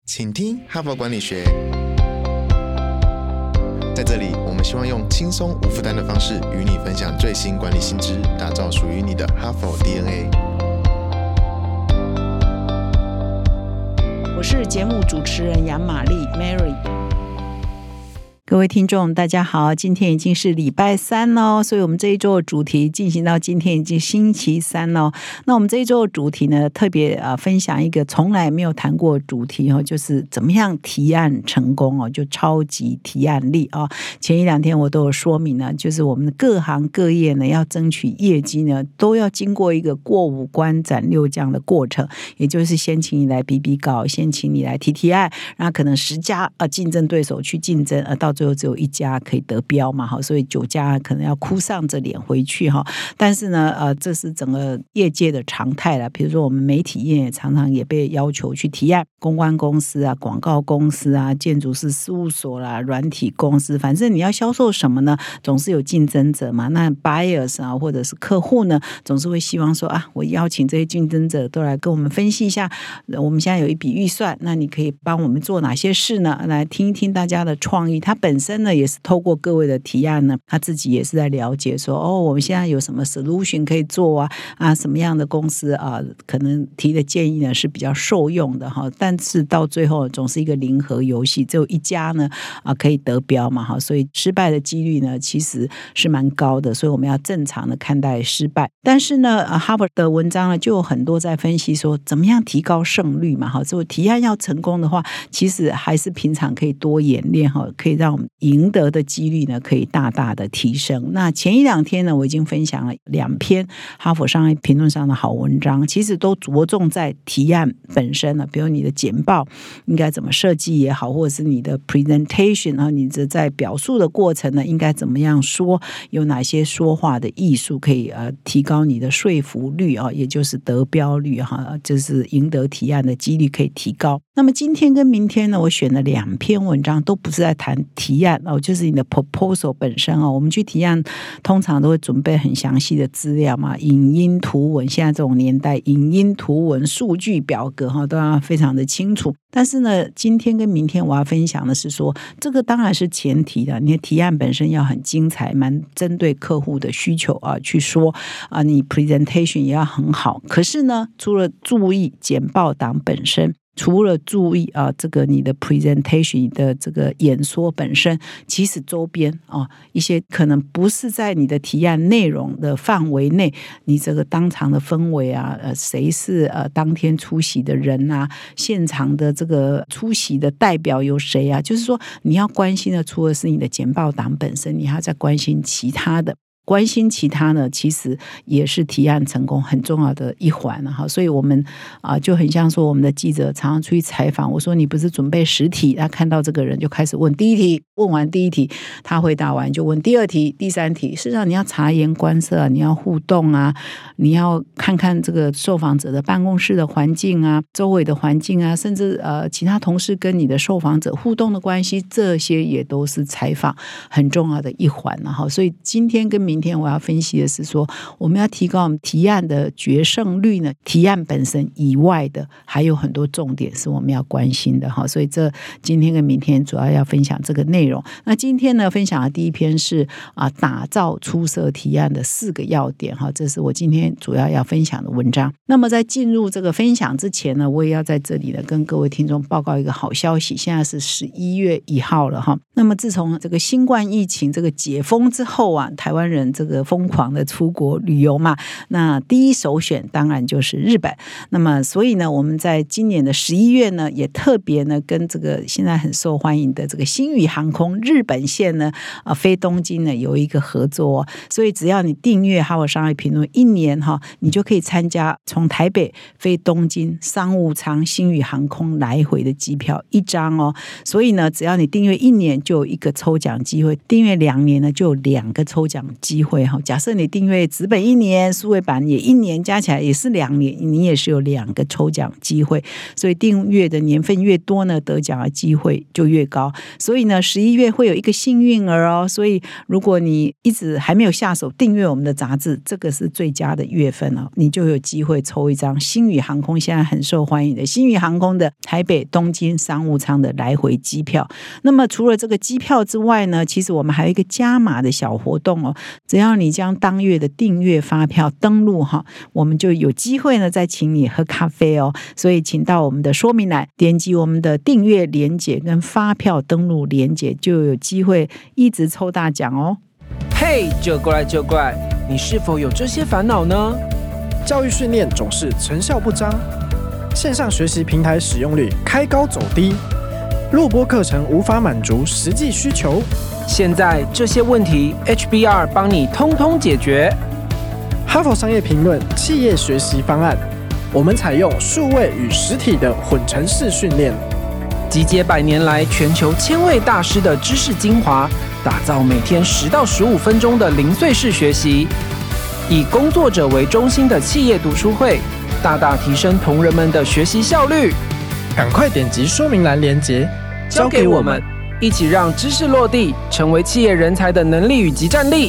请听哈佛管理学。在这里，我们希望用轻松无负担的方式与你分享最新管理新知，打造属于你的哈佛 DNA。 我是节目主持人杨玛丽 Mary。各位听众大家好，今天已经是礼拜三了，所以我们这一周的主题进行到今天已经星期三了。那我们这一周的主题呢，特别分享一个从来没有谈过的主题，就是怎么样提案成功，就超级提案力。前一两天我都有说明呢，就是我们各行各业呢要争取业绩呢，都要经过一个过五关斩六将的过程，也就是先请你来比比稿，先请你来提案，然后可能10家竞争对手去竞争，到最后只有1家可以得标嘛，所以9家可能要哭丧着脸回去。但是呢，这是整个业界的常态了。比如说我们媒体业常常也被要求去提案，公关公司啊、广告公司啊、建筑师事务所啦、软体公司，反正你要销售什么呢，总是有竞争者嘛。那 buyers 啊，或者是客户呢，总是会希望说我邀请这些竞争者都来跟我们分析一下，我们现在有一笔预算，那你可以帮我们做哪些事呢？来听一听大家的创意。他本身呢也是透过各位的提案呢，他自己也是在了解说我们现在有什么 solution 可以做什么样的公司可能提的建议呢是比较受用的但是到最后总是一个零和游戏，只有1家呢可以得标嘛所以失败的几率呢其实是蛮高的，所以我们要正常的看待失败。但是呢哈佛的文章呢就有很多在分析说怎么样提高胜率嘛所以提案要成功的话，其实还是平常可以多演练可以让我们赢得的几率呢可以大大的提升。那前一两天呢我已经分享了2篇哈佛商业评论上的好文章，其实都着重在提案本身了，比如你的简报应该怎么设计也好，或者是你的 presentation 你在表述的过程呢应该怎么样说，有哪些说话的艺术可以提高你的说服率也就是得标率就是赢得提案的几率可以提高。那么今天跟明天呢我选了2篇文章，都不是在谈提案就是你的 proposal 本身我们去提案通常都会准备很详细的资料嘛，影音图文，现在这种年代影音图文数据表格都要非常的清楚。但是呢今天跟明天我要分享的是说，这个当然是前提的，你的提案本身要很精彩，蛮针对客户的需求去说你 presentation 也要很好。可是呢除了注意简报档本身，除了注意这个你的 presentation 你的这个演说本身，其实周边一些可能不是在你的提案内容的范围内，你这个当场的氛围谁是当天出席的人现场的这个出席的代表有谁就是说你要关心的除了是你的简报档本身，你还要再关心其他的。关心其他呢其实也是提案成功很重要的一环所以我们就很像说我们的记者常常出去采访，我说你不是准备10题，他看到这个人就开始问第1题，问完第1题他回答完就问第2题第3题。事实上你要察言观色你要互动你要看看这个受访者的办公室的环境周围的环境甚至其他同事跟你的受访者互动的关系，这些也都是采访很重要的一环所以今天跟明天我要分析的是说，我们要提高我们提案的决胜率呢，提案本身以外的还有很多重点是我们要关心的所以这今天跟明天主要要分享这个内容。那今天呢分享的第1篇是打造出色提案的4个要点这是我今天主要分享的文章。那么在进入这个分享之前呢，我也要在这里呢跟各位听众报告一个好消息，现在是11月1号了那么自从这个新冠疫情这个解封之后台湾人这个疯狂的出国旅游嘛，那第一首选当然就是日本。那么所以呢我们在今年的11月呢也特别呢跟这个现在很受欢迎的这个星宇航空日本线呢飞东京呢有一个合作所以只要你订阅哈佛商业评论1年你就可以参加从台北飞东京商务舱星宇航空来回的机票1张所以呢只要你订阅1年就有1个抽奖机会，订阅2年呢就有2个抽奖机机会哈。假设你订阅纸本1年，数位版也1年，加起来也是2年，你也是有2个抽奖机会。所以订阅的年份越多呢，得奖的机会就越高。所以呢，11月会有一个幸运儿哦。所以如果你一直还没有下手订阅我们的杂志，这个是最佳的月份哦，你就有机会抽一张星宇航空现在很受欢迎的星宇航空的台北东京商务舱的来回机票。那么除了这个机票之外呢，其实我们还有一个加码的小活动哦，只要你将当月的订阅发票登录哈，我们就有机会呢再请你喝咖啡哦。所以请到我们的说明栏点击我们的订阅连结跟发票登录连结，就有机会一直抽大奖哦。 嘿，就过来就过来，你是否有这些烦恼呢？ 教育训练总是成效不彰，线上学习平台使用率开高走低，录播课程无法满足实际需求。 现在这些问题 HBR 帮你通通解决。 哈佛商业评论企业学习方案，我们采用数位与实体的混成式训练， 集结100年来全球千位大师的知识精华，打造每天10到15分钟的零碎式学习，以工作者为中心的企业读书会，大大提升同仁们的学习效率。 赶快点击说明栏连结， 交给我们，一起让知识落地，成为企业人才的能力与即战力。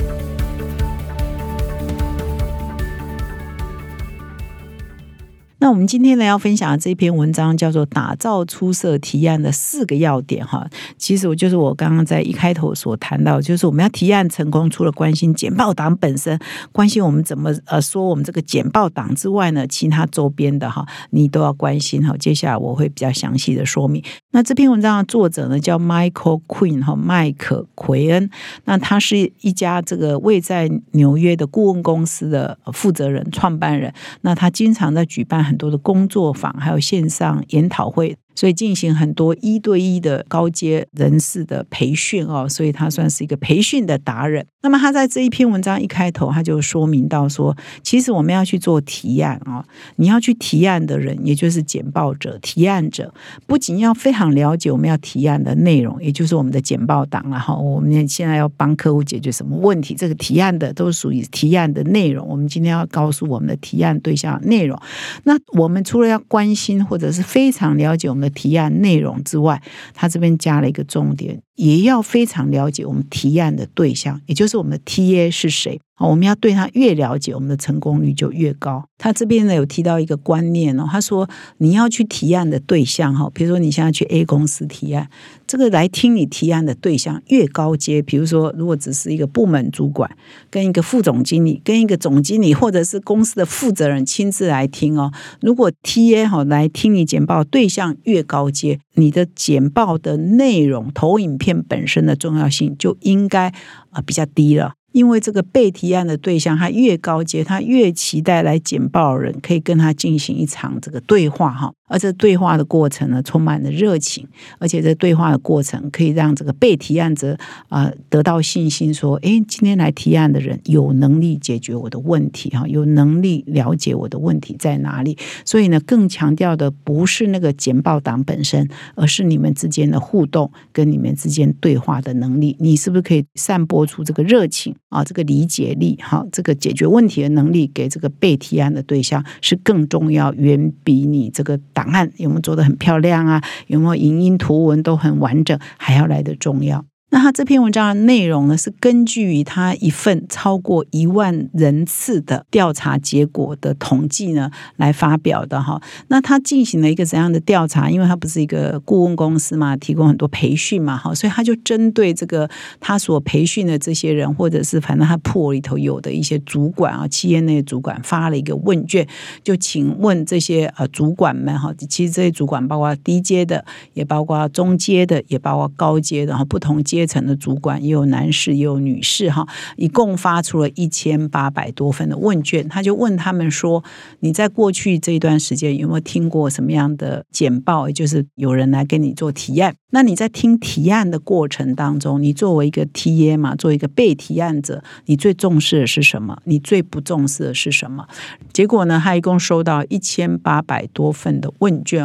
那我们今天呢要分享的这篇文章叫做打造出色提案的4个要点哈。其实就是我刚刚在一开头所谈到，就是我们要提案成功，除了关心简报档本身，关心我们怎么说我们这个简报档之外呢，其他周边的哈你都要关心哈。接下来我会比较详细的说明。那这篇文章的作者呢叫 Michael Quinn 哈，麦可奎恩。那他是一家这个位在纽约的顾问公司的负责人、创办人。那他经常在举办很多的工作坊，还有线上研讨会，所以进行很多1对1的高阶人士的培训哦，所以他算是一个培训的达人。那么他在这一篇文章一开头他就说明到说，其实我们要去做提案哦，你要去提案的人，也就是简报者、提案者，不仅要非常了解我们要提案的内容，也就是我们的简报档啦哈，我们现在要帮客户解决什么问题，这个提案的都是属于提案的内容。我们今天要告诉我们的提案对象内容，那我们除了要关心或者是非常了解我们的提案内容之外，他这边加了一个重点，也要非常了解我们提案的对象，也就是我们的 TA 是谁。我们要对他越了解，我们的成功率就越高。他这边呢有提到一个观念哦，他说你要去提案的对象哈，比如说你现在去 A 公司提案，这个来听你提案的对象越高阶，比如说如果只是一个部门主管跟一个副总经理跟一个总经理或者是公司的负责人亲自来听哦，如果 TA 来听你简报对象越高阶，你的简报的内容投影片本身的重要性就应该比较低了。因为这个被提案的对象他越高阶，他越期待来简报的人可以跟他进行一场这个对话哈，而这对话的过程呢充满了热情，而且这对话的过程可以让这个被提案者得到信心说，今天来提案的人有能力解决我的问题哈，有能力了解我的问题在哪里。所以呢更强调的不是那个简报档本身，而是你们之间的互动跟你们之间对话的能力，你是不是可以散播出这个热情这个理解力这个解决问题的能力给这个被提案的对象是更重要，远比你这个档案有没有做得很漂亮啊，有没有影音图文都很完整还要来得重要。那他这篇文章的内容呢，是根据于他一份超过1万人次的调查结果的统计呢来发表的哈。那他进行了一个怎样的调查？因为他不是一个顾问公司嘛，提供很多培训嘛，所以他就针对这个他所培训的这些人，或者是反正他破里头有的一些主管企业内的主管发了一个问卷，就请问这些主管们其实这些主管包括低阶的，也包括中阶的，也包括高阶的，不同阶层的主管也有男士也有女士一共发出了1800多份的问卷。他就问他们说，你在过去这一段时间有没有听过什么样的简报，也就是有人来跟你做提案，那你在听提案的过程当中，你作为一个 TA 嘛，作为一个被提案者，你最重视的是什么，你最不重视的是什么。结果呢他一共收到1800多份的问卷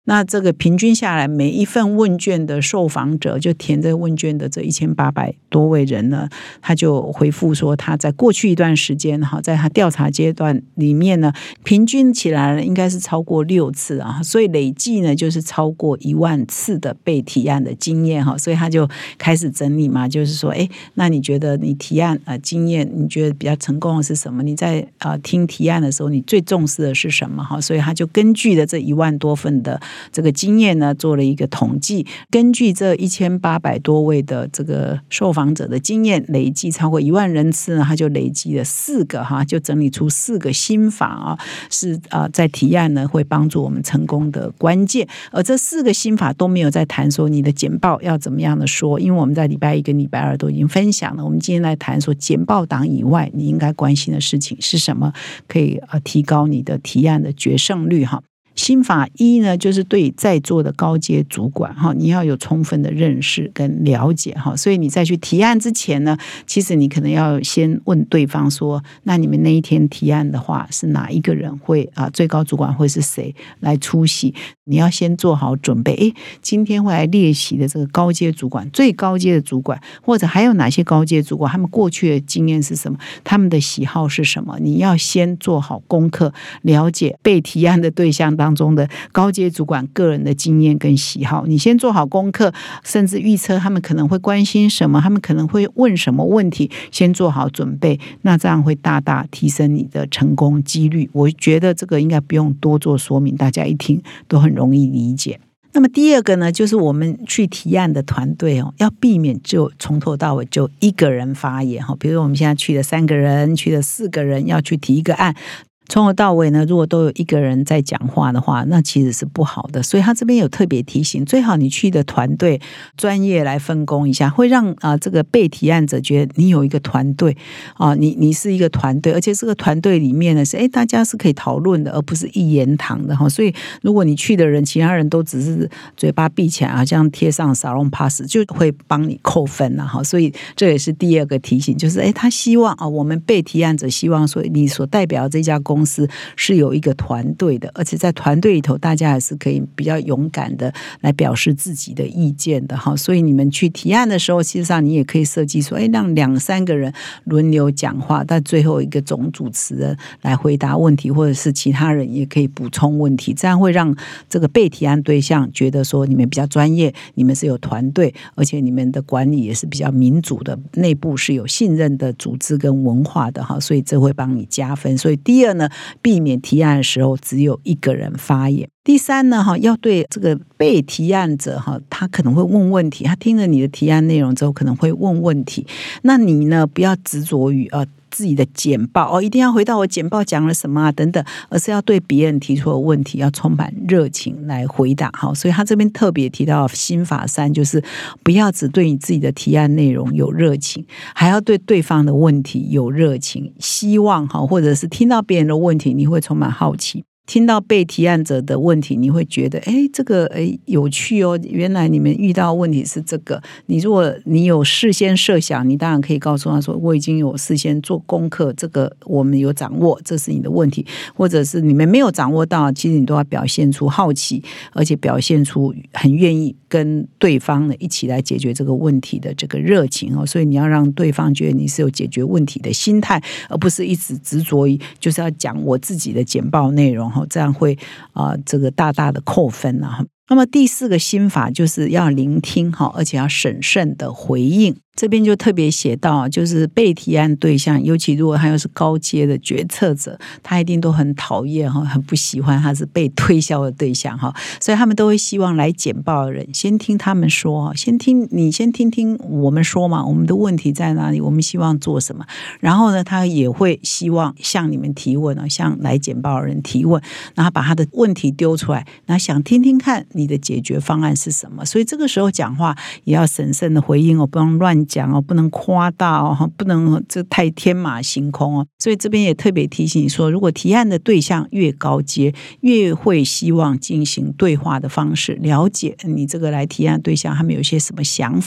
那这个平均下来，每一份问卷的受访者就填这个问卷的这1800多位人呢，他就回复说他在过去一段时间在他调查阶段里面呢，平均起来应该是超过6次啊，所以累计呢就是超过1万次的被提案的经验哈，所以他就开始整理嘛，就是说那你觉得你提案经验你觉得比较成功的是什么？你在听提案的时候你最重视的是什么哈？所以他就根据的这1万多份的这个经验呢做了一个统计，根据这1800多位的这个受访者的经验，累计超过1万人次呢，他就累积了4个就整理出4个心法是在提案呢会帮助我们成功的关键。而这4个心法都没有在谈说你的简报要怎么样的说，因为我们在礼拜1跟礼拜2都已经分享了。我们今天来谈说简报档以外你应该关心的事情是什么，可以提高你的提案的决胜率哈。心法1呢，就是对在座的高阶主管你要有充分的认识跟了解所以你在去提案之前呢，其实你可能要先问对方说，那你们那一天提案的话是哪一个人会最高主管会是谁来出席，你要先做好准备。今天会来列席的这个高阶主管，最高阶的主管，或者还有哪些高阶主管，他们过去的经验是什么，他们的喜好是什么，你要先做好功课，了解被提案的对象当中的高阶主管个人的经验跟喜好，你先做好功课，甚至预测他们可能会关心什么，他们可能会问什么问题，先做好准备，那这样会大大提升你的成功几率。我觉得这个应该不用多做说明，大家一听都很容易理解。那么第二个呢，就是我们去提案的团队要避免就从头到尾就一个人发言比如我们现在去了3个人，去了4个人要去提一个案，从头到尾呢，如果都有一个人在讲话的话，那其实是不好的。所以他这边有特别提醒，最好你去的团队专业来分工一下，会让这个被提案者觉得你有一个团队你是一个团队，而且这个团队里面呢是大家是可以讨论的，而不是一言堂的所以如果你去的人，其他人都只是嘴巴闭起来，好像贴上沙龙 pass， 就会帮你扣分所以这也是第二个提醒，就是他希望我们被提案者希望说你所代表的这家公司是有一个团队的，而且在团队里头大家还是可以比较勇敢的来表示自己的意见的所以你们去提案的时候，其实上你也可以设计说让2-3个人轮流讲话，但最后一个总主持人来回答问题，或者是其他人也可以补充问题，这样会让这个被提案对象觉得说你们比较专业，你们是有团队，而且你们的管理也是比较民主的，内部是有信任的组织跟文化的所以这会帮你加分。所以第二呢，避免提案的时候只有一个人发言。第三呢，要对这个被提案者他可能会问问题，他听了你的提案内容之后可能会问问题，那你呢不要执着于自己的简报一定要回到我简报讲了什么等等，而是要对别人提出的问题要充满热情来回答所以他这边特别提到心法3，就是不要只对你自己的提案内容有热情，还要对对方的问题有热情，希望或者是听到别人的问题你会充满好奇，听到被提案者的问题，你会觉得这个有趣原来你们遇到问题是这个。如果你有事先设想，你当然可以告诉他说我已经有事先做功课，这个我们有掌握，这是你的问题。或者是你们没有掌握到，其实你都要表现出好奇，而且表现出很愿意跟对方呢一起来解决这个问题的这个热情所以你要让对方觉得你是有解决问题的心态，而不是一直执着于就是要讲我自己的简报内容这样会这个大大的扣分那么第4个心法就是要聆听而且要审慎的回应。这边就特别写到，就是被提案对象，尤其如果他又是高阶的决策者，他一定都很讨厌很不喜欢他是被推销的对象所以他们都会希望来简报的人先听他们说，先听听我们说嘛，我们的问题在哪里，我们希望做什么，然后呢他也会希望向你们提问向来简报的人提问，然后把他的问题丢出来，然后想听听看你的解决方案是什么。所以这个时候讲话也要审慎的回应不能乱讲不能夸大不能这太天马行空所以这边也特别提醒说，如果提案的对象越高阶，越会希望进行对话的方式，了解你这个来提案对象他们有些什么想法，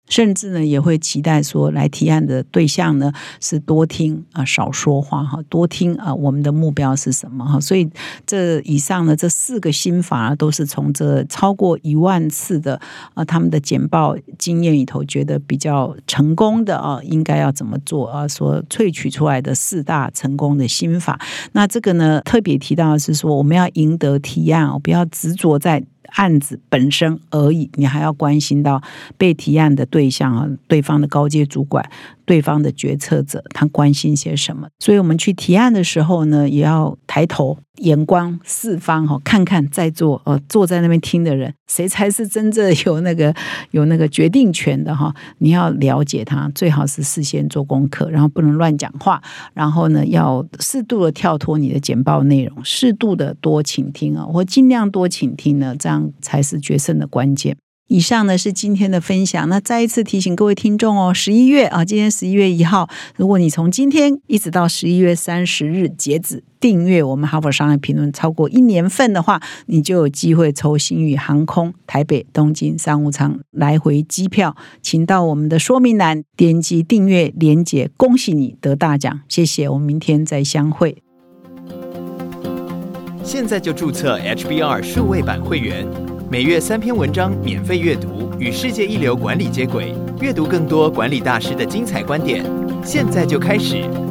甚至呢也会期待说来提案的对象呢是多听少说话哈，多听我们的目标是什么哈。所以这以上呢这4个心法都是从这超过1万次的他们的简报经验里头觉得比较成功的应该要怎么做所萃取出来的4大成功的心法。那这个呢特别提到的是说我们要赢得提案不要执着在案子本身而已，你还要关心到被提案的对象对方的高阶主管，对方的决策者他关心些什么。所以我们去提案的时候呢也要抬头眼光四方看看在座坐在那边听的人谁才是真正有那个决定权的你要了解他，最好是事先做功课，然后不能乱讲话，然后呢要适度的跳脱你的简报内容，适度的多倾听或尽量多倾听呢，这样才是决胜的关键。以上呢是今天的分享，那再一次提醒各位听众11月今天11月1号，如果你从今天一直到11月30日截止订阅我们哈佛商业评论超过1年份的话，你就有机会抽星宇航空台北东京商务舱来回机票，请到我们的说明栏点击订阅连结，恭喜你得大奖，谢谢，我们明天再相会。 现在就注册 HBR 数位版会员，每月3篇文章免费阅读，与世界一流管理接轨，阅读更多管理大师的精彩观点。现在就开始。